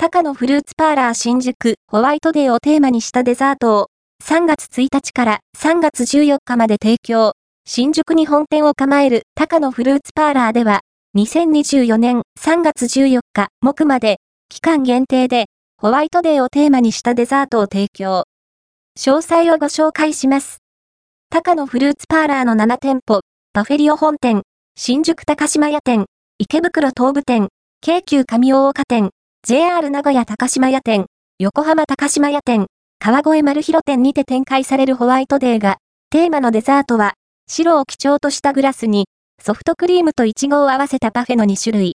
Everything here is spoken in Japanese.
高野フルーツパーラー新宿ホワイトデーをテーマにしたデザートを3月1日から3月14日まで提供。新宿に本店を構える高野フルーツパーラーでは、2024年3月14日木まで期間限定でホワイトデーをテーマにしたデザートを提供。詳細をご紹介します。高野フルーツパーラーの7店舗、バフェリオ本店、新宿高島屋店、池袋東武店、京急上大岡店、JR 名古屋高島屋店、横浜高島屋店、川越丸広店にて展開されるホワイトデーが、テーマのデザートは、白を基調としたグラスに、ソフトクリームとイチゴを合わせたパフェの2種類。